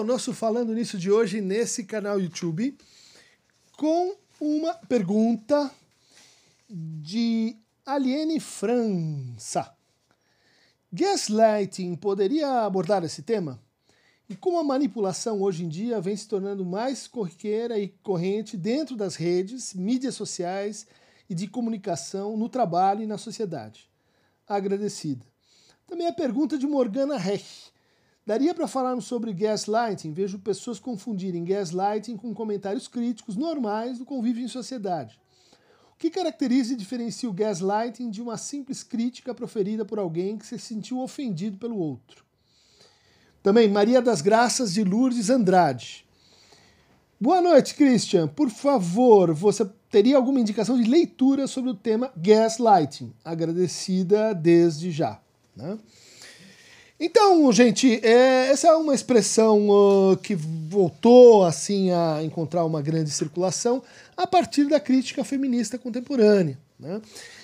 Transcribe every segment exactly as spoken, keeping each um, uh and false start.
ao nosso Falando Nisso de hoje nesse canal YouTube com uma pergunta de Aliene França. Gaslighting poderia abordar esse tema? E como a manipulação hoje em dia vem se tornando mais corriqueira e corrente dentro das redes, mídias sociais e de comunicação no trabalho e na sociedade? Agradecida. Também a pergunta de Morgana Rech. Daria para falarmos sobre gaslighting? Vejo pessoas confundirem gaslighting com comentários críticos normais do convívio em sociedade. O que caracteriza e diferencia o gaslighting de uma simples crítica proferida por alguém que se sentiu ofendido pelo outro? Também Maria das Graças de Lourdes Andrade. Boa noite, Christian. Por favor, você teria alguma indicação de leitura sobre o tema gaslighting? Agradecida desde já. Né? Então, gente, é, essa é uma expressão uh, que voltou assim a encontrar uma grande circulação a partir da crítica feminista contemporânea. Né?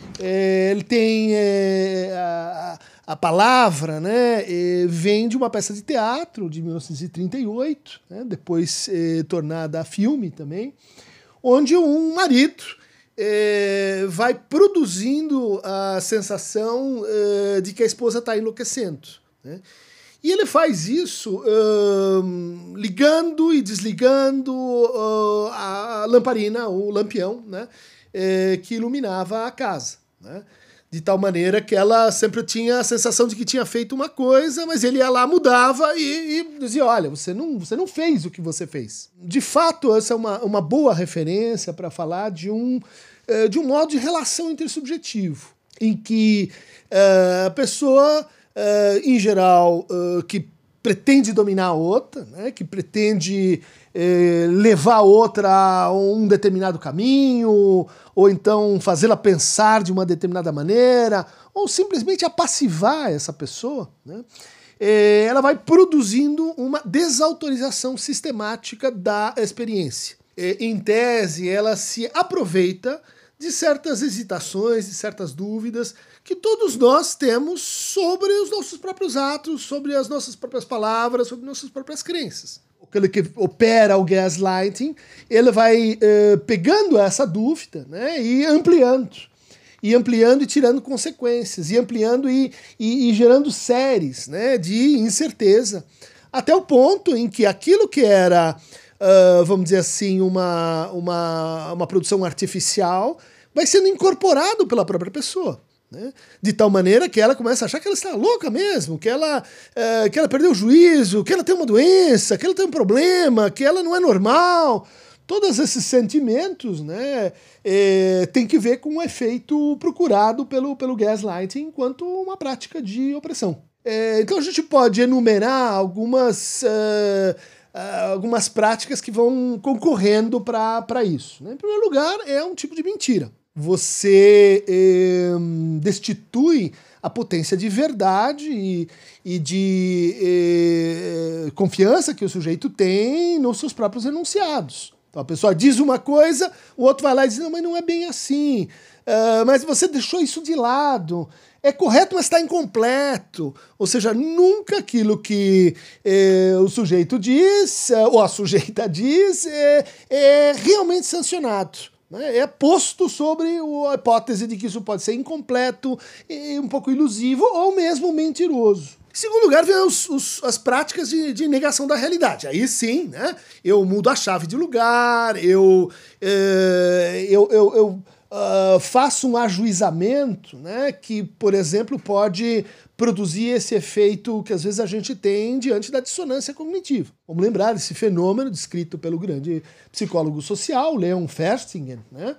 É, ele tem é, a, a palavra, né, é, vem de uma peça de teatro de mil novecentos e trinta e oito, né, depois é, tornada a filme também, onde um marido é, vai produzindo a sensação é, de que a esposa está enlouquecendo. Né? E ele faz isso uh, ligando e desligando uh, a lamparina, o lampião, né, eh, que iluminava a casa. Né? De tal maneira que ela sempre tinha a sensação de que tinha feito uma coisa, mas ele ia lá, mudava e, e dizia, olha, você não, você não fez o que você fez. De fato, essa é uma, uma boa referência para falar de um, uh, de um modo de relação intersubjetivo, em que uh, a pessoa... Uh, em geral, uh, que pretende dominar a outra, né, que pretende uh, levar a outra a um determinado caminho, ou então fazê-la pensar de uma determinada maneira, ou simplesmente apassivar essa pessoa, né, uh, ela vai produzindo uma desautorização sistemática da experiência. Uh, em tese, ela se aproveita de certas hesitações, de certas dúvidas que todos nós temos sobre os nossos próprios atos, sobre as nossas próprias palavras, sobre nossas próprias crenças. Aquele que opera o gaslighting, ele vai eh, pegando essa dúvida, né, e ampliando, e ampliando e tirando consequências, e ampliando e, e, e gerando séries, né, de incerteza, até o ponto em que aquilo que era... Uh, vamos dizer assim, uma, uma, uma produção artificial, vai sendo incorporado pela própria pessoa. Né? De tal maneira que ela começa a achar que ela está louca mesmo, que ela, uh, que ela perdeu o juízo, que ela tem uma doença, que ela tem um problema, que ela não é normal. Todos esses sentimentos, né, é, tem que ver com o efeito procurado pelo, pelo gaslighting enquanto uma prática de opressão. É, então a gente pode enumerar algumas... Uh, Uh, algumas práticas que vão concorrendo para isso. Né? Em primeiro lugar, é um tipo de mentira. Você eh, destitui a potência de verdade e, e de eh, confiança que o sujeito tem nos seus próprios enunciados. Então a pessoa diz uma coisa, o outro vai lá e diz, não, mas não é bem assim, uh, mas você deixou isso de lado. É correto, mas está incompleto. Ou seja, nunca aquilo que eh, o sujeito diz, ou a sujeita diz, é, é realmente sancionado. Né? É posto sobre a hipótese de que isso pode ser incompleto, um pouco ilusivo, ou mesmo mentiroso. Em segundo lugar, vem os, os, as práticas de, de negação da realidade. Aí sim, né? Eu mudo a chave de lugar, eu... Eh, eu, eu, eu Uh, faço um ajuizamento, né, que, por exemplo, pode produzir esse efeito que às vezes a gente tem diante da dissonância cognitiva. Vamos lembrar desse fenômeno descrito pelo grande psicólogo social, Leon Festinger, né,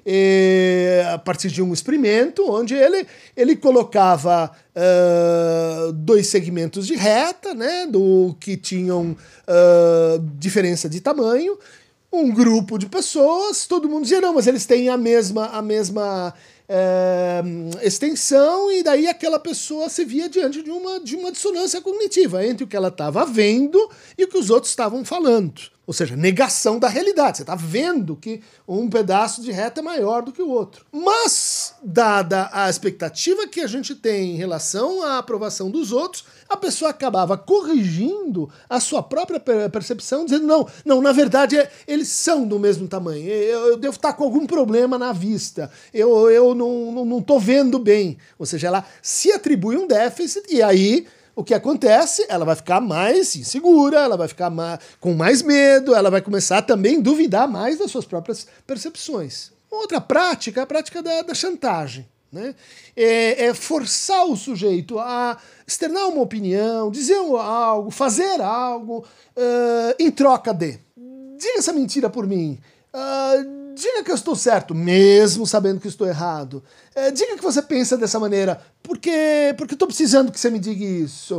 e, a partir de um experimento onde ele, ele colocava uh, dois segmentos de reta, né, do, que tinham uh, diferença de tamanho, um grupo de pessoas, todo mundo dizia, não, mas eles têm a mesma, a mesma é, extensão, e daí aquela pessoa se via diante de uma, de uma dissonância cognitiva entre o que ela estava vendo e o que os outros estavam falando. Ou seja, negação da realidade. Você está vendo que um pedaço de reta é maior do que o outro. Mas, dada a expectativa que a gente tem em relação à aprovação dos outros, a pessoa acabava corrigindo a sua própria percepção, dizendo, não, não, na verdade é, eles são do mesmo tamanho, eu, eu devo estar com algum problema na vista, eu, eu não estou vendo bem. Ou seja, ela se atribui um déficit e aí o que acontece? Ela vai ficar mais insegura, ela vai ficar mais, com mais medo, ela vai começar também a duvidar mais das suas próprias percepções. Outra prática é a prática da, da chantagem. Né? É, é forçar o sujeito a externar uma opinião, dizer algo, fazer algo uh, em troca de. Diga essa mentira por mim. Uh, diga que eu estou certo, mesmo sabendo que estou errado. Uh, diga que você pensa dessa maneira, porque porque estou precisando que você me diga isso.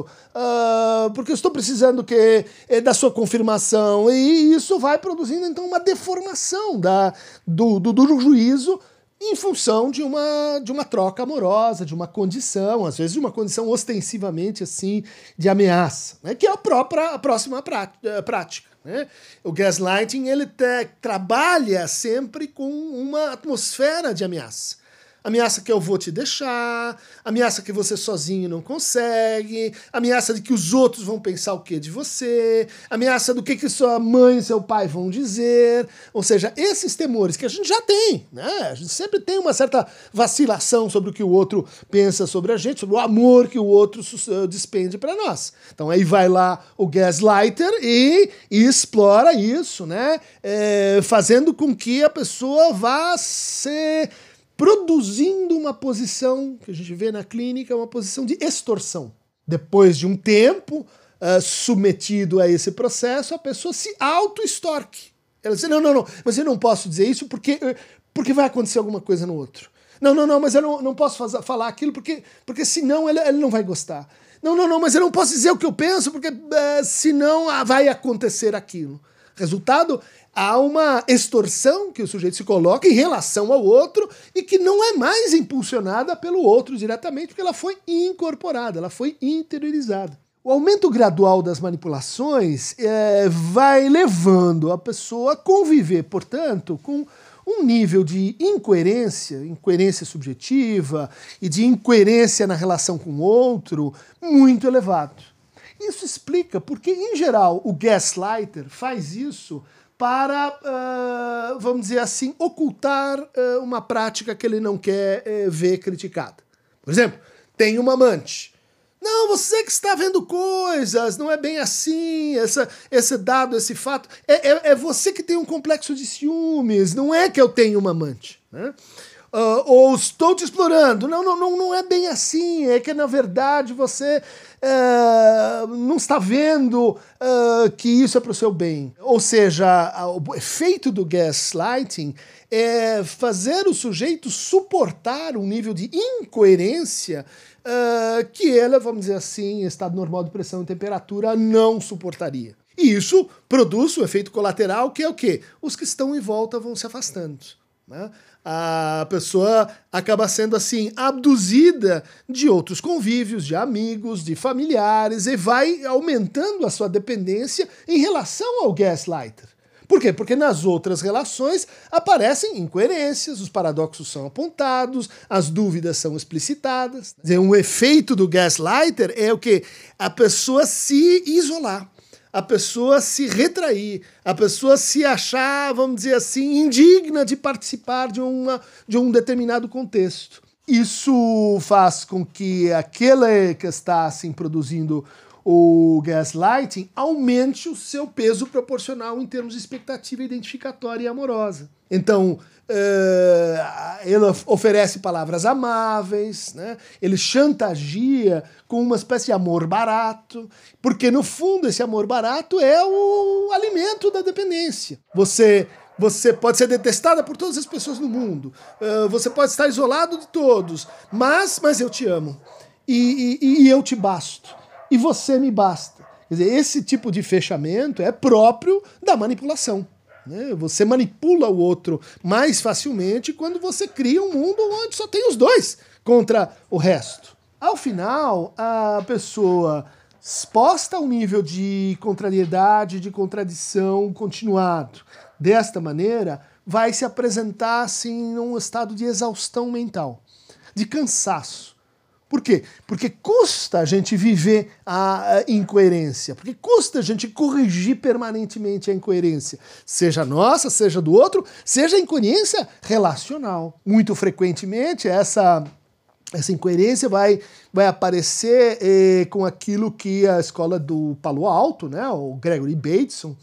Uh, porque eu estou precisando que, é, da sua confirmação. E isso vai produzindo, então, uma deformação da, do, do, do juízo em função de uma, de uma troca amorosa, de uma condição, às vezes de uma condição ostensivamente assim, de ameaça, né? Que é a, própria, a próxima prática. Né? O gaslighting ele te, trabalha sempre com uma atmosfera de ameaça. Ameaça que eu vou te deixar, ameaça que você sozinho não consegue, ameaça de que os outros vão pensar o que de você, ameaça do que, que sua mãe e seu pai vão dizer. Ou seja, esses temores que a gente já tem, né? A gente sempre tem uma certa vacilação sobre o que o outro pensa sobre a gente, sobre o amor que o outro despende para nós. Então aí vai lá o gaslighter e, e explora isso, né? É, fazendo com que a pessoa vá ser produzindo uma posição, que a gente vê na clínica, uma posição de extorsão. Depois de um tempo uh, submetido a esse processo, a pessoa se auto-extorque. Ela diz, não, não, não, mas eu não posso dizer isso porque, porque vai acontecer alguma coisa no outro. Não, não, não, mas eu não, não posso fazer, falar aquilo porque, porque senão ele, ele não vai gostar. Não, não, não, mas eu não posso dizer o que eu penso porque uh, senão uh, vai acontecer aquilo. Resultado, há uma extorsão que o sujeito se coloca em relação ao outro e que não é mais impulsionada pelo outro diretamente, porque ela foi incorporada, ela foi interiorizada. O aumento gradual das manipulações é, vai levando a pessoa a conviver, portanto, com um nível de incoerência, incoerência subjetiva e de incoerência na relação com o outro muito elevado. Isso explica porque, em geral, o gaslighter faz isso para, uh, vamos dizer assim, ocultar uh, uma prática que ele não quer uh, ver criticada. Por exemplo, tem uma amante. Não, você que está vendo coisas, não é bem assim, essa, esse dado, esse fato. É, é, é você que tem um complexo de ciúmes, não é que eu tenho uma amante, né? Uh, ou estou te explorando. Não, não, não, não é bem assim. É que, na verdade, você uh, não está vendo uh, que isso é para o seu bem. Ou seja, o efeito do gaslighting é fazer o sujeito suportar um nível de incoerência uh, que ele, vamos dizer assim, em estado normal de pressão e temperatura, não suportaria. E isso produz um efeito colateral, que é o quê? Os que estão em volta vão se afastando, né? A pessoa acaba sendo assim abduzida de outros convívios, de amigos, de familiares e vai aumentando a sua dependência em relação ao gaslighter. Por quê? Porque nas outras relações aparecem incoerências, os paradoxos são apontados, as dúvidas são explicitadas. Quer dizer, um efeito do gaslighter é o quê? A pessoa se isolar. A pessoa se retrair, a pessoa se achar, vamos dizer assim, indigna de participar de, uma, de um determinado contexto. Isso faz com que aquele que está assim, produzindo o gaslighting aumente o seu peso proporcional em termos de expectativa identificatória e amorosa. Então, uh, ele oferece palavras amáveis, né? Ele chantageia com uma espécie de amor barato, porque no fundo esse amor barato é o alimento da dependência. Você, você pode ser detestada por todas as pessoas no mundo, uh, você pode estar isolado de todos, mas, mas eu te amo, e, e, e eu te basto, e você me basta. Quer dizer, esse tipo de fechamento é próprio da manipulação. Você manipula o outro mais facilmente quando você cria um mundo onde só tem os dois contra o resto. Ao final, a pessoa exposta a um nível de contrariedade, de contradição continuado. Desta maneira, vai se apresentar assim, num estado de exaustão mental, de cansaço. Por quê? Porque custa a gente viver a, a incoerência, porque custa a gente corrigir permanentemente a incoerência, seja nossa, seja do outro, seja a incoerência relacional. Muito frequentemente, essa, essa incoerência vai, vai aparecer eh, com aquilo que a escola do Palo Alto, né, o Gregory Bateson,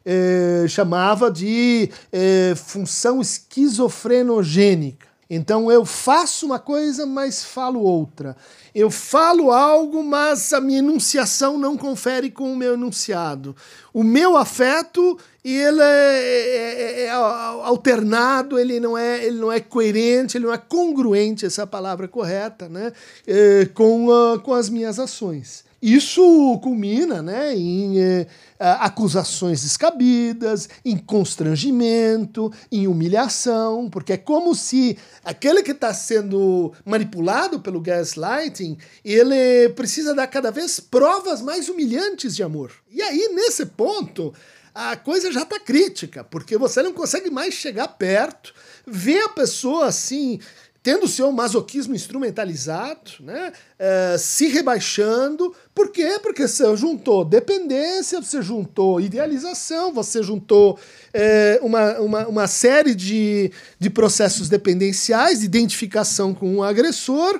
eh, chamava de eh, função esquizofrenogênica. Então eu faço uma coisa, mas falo outra. Eu falo algo, mas a minha enunciação não confere com o meu enunciado. O meu afeto, ele é, é, é alternado, ele não é, ele não é coerente, ele não é congruente, essa é a palavra correta, né? É, com, uh, com as minhas ações. Isso culmina, né, em eh, acusações descabidas, em constrangimento, em humilhação, porque é como se aquele que está sendo manipulado pelo gaslighting, ele precisa dar cada vez provas mais humilhantes de amor. E aí, nesse ponto, a coisa já está crítica, porque você não consegue mais chegar perto, ver a pessoa assim, tendo o seu masoquismo instrumentalizado, né, uh, se rebaixando. Por quê? Porque você juntou dependência, você juntou idealização, você juntou é, uma, uma, uma série de, de processos dependenciais, de identificação com o agressor,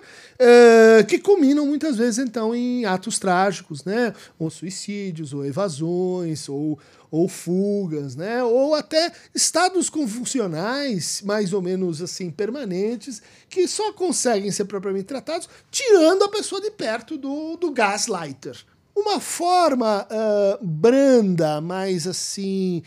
é, que culminam muitas vezes, então, em atos trágicos, né? Ou suicídios, ou evasões, ou, ou fugas, né? Ou até estados convulsionais, mais ou menos assim, permanentes, que só conseguem ser propriamente tratados tirando a pessoa de perto do, do gaslighter. Uma forma uh, branda, mais assim,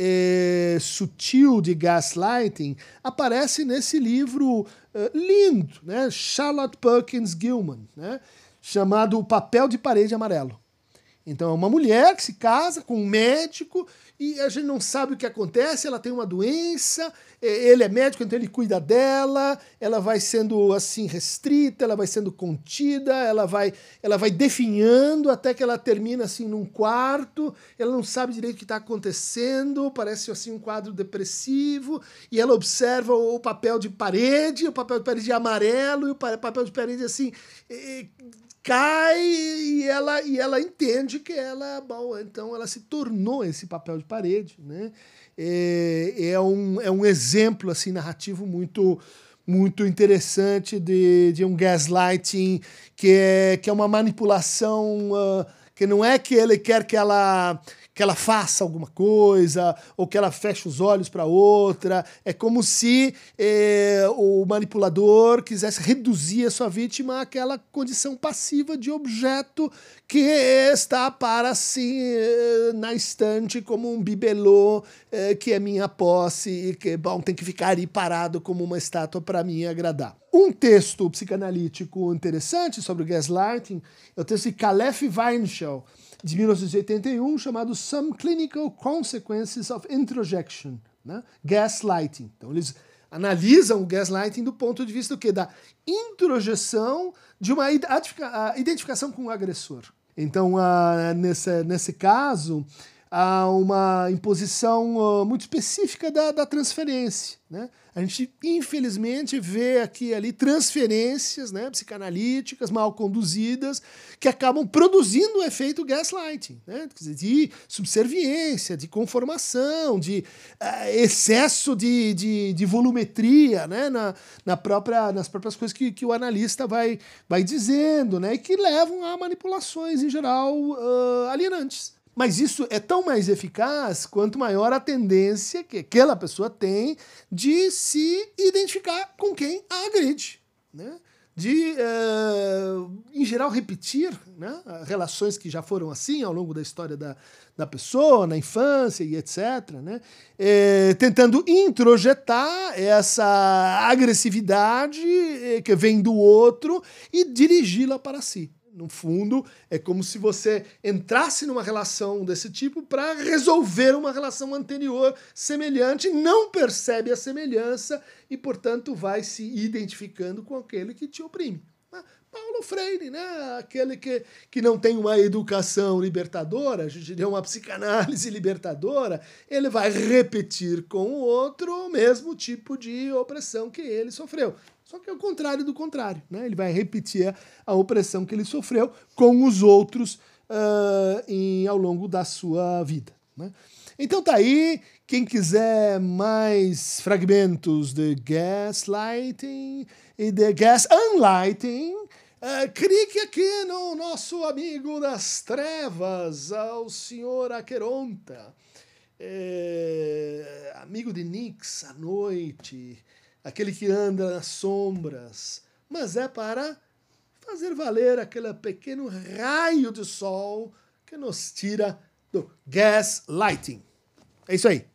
é, sutil de gaslighting aparece nesse livro uh, lindo, né? Charlotte Perkins Gilman, né? Chamado O Papel de Parede Amarelo. Então é uma mulher que se casa com um médico e a gente não sabe o que acontece, ela tem uma doença, ele é médico, então ele cuida dela, ela vai sendo assim restrita, ela vai sendo contida, ela vai, ela vai definhando até que ela termina assim num quarto, ela não sabe direito o que está acontecendo, parece assim um quadro depressivo, e ela observa o papel de parede, o papel de parede amarelo, e o papel de parede assim... E, cai e ela, e ela entende que ela, bom, então ela se tornou esse papel de parede, né? É, é, um, é um exemplo assim, narrativo muito, muito interessante de, de um gaslighting que é, que é uma manipulação, uh, que não é que ele quer que ela... que ela faça alguma coisa, ou que ela feche os olhos para outra. É como se eh, o manipulador quisesse reduzir a sua vítima àquela condição passiva de objeto que está para assim na estante como um bibelô eh, que é minha posse e que, bom, tem que ficar aí parado como uma estátua para mim agradar. Um texto psicanalítico interessante sobre o gaslighting é o texto de Calef Weinshell, de mil novecentos e oitenta e um, chamado Some Clinical Consequences of Introjection, né? Gaslighting. Então eles analisam o gaslighting do ponto de vista do quê? Da introjeção de uma identificação com o agressor. Então, uh, nesse, nesse caso, há uma imposição uh, muito específica da, da transferência, né? A gente, infelizmente, vê aqui e ali transferências, né, psicanalíticas mal conduzidas que acabam produzindo o efeito gaslighting, né? Quer dizer, de subserviência, de conformação, de uh, excesso de, de, de volumetria, né, na, na própria, nas próprias coisas que, que o analista vai, vai dizendo, né, e que levam a manipulações, em geral, uh, alienantes. Mas isso é tão mais eficaz quanto maior a tendência que aquela pessoa tem de se identificar com quem a agride, né? De, uh, em geral, repetir, né, relações que já foram assim ao longo da história da, da pessoa, na infância e etcétera, né? É, tentando introjetar essa agressividade que vem do outro e dirigi-la para si. No fundo, é como se você entrasse numa relação desse tipo para resolver uma relação anterior semelhante, não percebe a semelhança e, portanto, vai se identificando com aquele que te oprime. Paulo Freire, né? Aquele que, que não tem uma educação libertadora, a gente diria uma psicanálise libertadora, ele vai repetir com o outro o mesmo tipo de opressão que ele sofreu. Só que é o contrário do contrário, né? Ele vai repetir a opressão que ele sofreu com os outros uh, em, ao longo da sua vida, né? Então tá aí, quem quiser mais fragmentos de gaslighting e de gas unlighting, uh, clique aqui no nosso amigo das trevas, ao senhor Aqueronta, é, amigo de Nix à noite, aquele que anda nas sombras, mas é para fazer valer aquele pequeno raio de sol que nos tira do gaslighting. É isso aí.